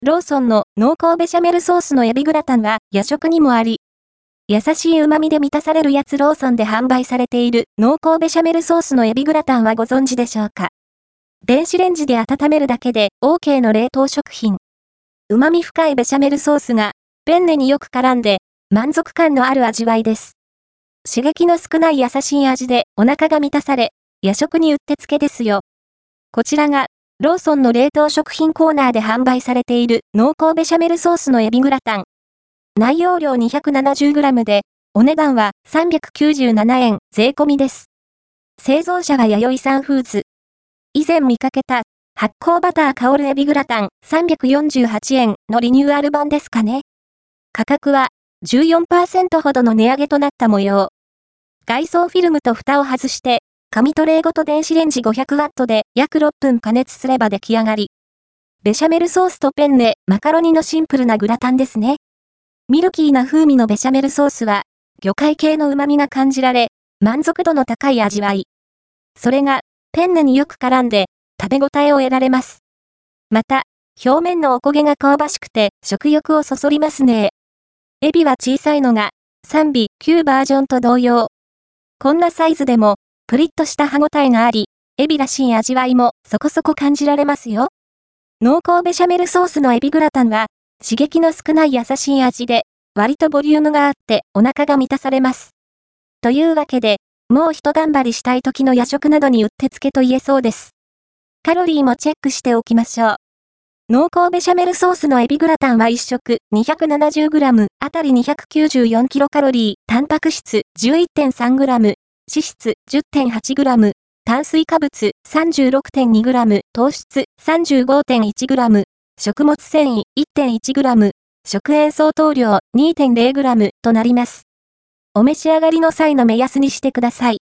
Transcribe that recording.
ローソンの濃厚ベシャメルソースのエビグラタンは夜食にもあり、優しい旨味で満たされるやつ。ローソンで販売されている濃厚ベシャメルソースのエビグラタンはご存知でしょうか。電子レンジで温めるだけで OK の冷凍食品。旨味深いベシャメルソースがペンネによく絡んで満足感のある味わいです。刺激の少ない優しい味でお腹が満たされ、夜食にうってつけですよ。こちらがローソンの冷凍食品コーナーで販売されている濃厚ベシャメルソースのエビグラタン。内容量 270g で、お値段は397円税込みです。製造者は弥生さんフーズ。以前見かけた発酵バター香るエビグラタン348円のリニューアル版ですかね。価格は 14% ほどの値上げとなった模様。外装フィルムと蓋を外して、紙トレーごと電子レンジ 500W で約6分加熱すれば出来上がり。ベシャメルソースとペンネ、マカロニのシンプルなグラタンですね。ミルキーな風味のベシャメルソースは、魚介系の旨味が感じられ、満足度の高い味わい。それが、ペンネによく絡んで、食べ応えを得られます。また、表面のお焦げが香ばしくて、食欲をそそりますね。エビは小さいのが、3尾、旧バージョンと同様。こんなサイズでも、プリッとした歯ごたえがあり、エビらしい味わいもそこそこ感じられますよ。濃厚ベシャメルソースのエビグラタンは、刺激の少ない優しい味で、割とボリュームがあってお腹が満たされます。というわけで、もう一頑張りしたい時の夜食などにうってつけと言えそうです。カロリーもチェックしておきましょう。濃厚ベシャメルソースのエビグラタンは1食 270g あたり 294kcal、タンパク質 11.3g、脂質 10.8g、炭水化物 36.2g、糖質 35.1g、食物繊維 1.1g、食塩相当量 2.0g となります。お召し上がりの際の目安にしてください。